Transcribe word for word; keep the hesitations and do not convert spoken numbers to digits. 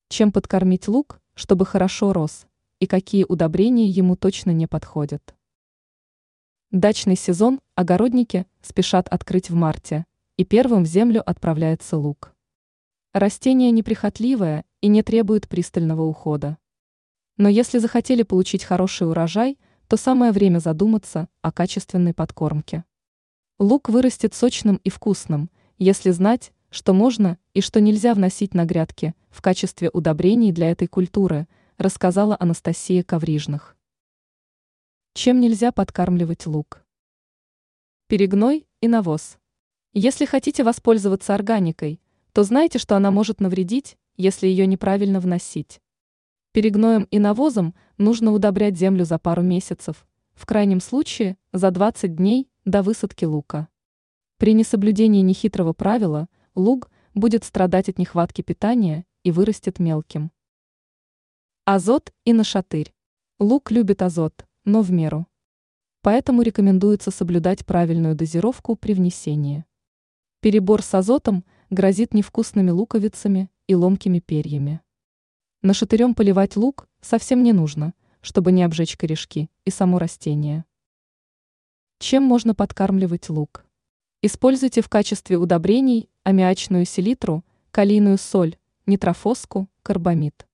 Чем подкормить лук, чтобы хорошо рос, и какие удобрения ему точно не подходят. Дачный сезон огородники спешат открыть в марте, и первым в землю отправляется лук. Растение неприхотливое и не требует пристального ухода. Но если захотели получить хороший урожай, то самое время задуматься о качественной подкормке. Лук вырастет сочным и вкусным, если знать, что можно и что нельзя вносить на грядки в качестве удобрений для этой культуры, рассказала Анастасия Коврижных. Чем нельзя подкармливать лук? Перегной и навоз. Если хотите воспользоваться органикой, то знайте, что она может навредить, если ее неправильно вносить. Перегноем и навозом нужно удобрять землю за пару месяцев, в крайнем случае за двадцать дней до высадки лука. При несоблюдении нехитрого правила лук будет страдать от нехватки питания и вырастет мелким. Азот и нашатырь. Лук любит азот, но в меру. Поэтому рекомендуется соблюдать правильную дозировку при внесении. Перебор с азотом грозит невкусными луковицами и ломкими перьями. Нашатырем поливать лук совсем не нужно, чтобы не обжечь корешки и само растение. Чем можно подкармливать лук? Используйте в качестве удобрений аммиачную селитру, калийную соль, нитрофоску, карбамид.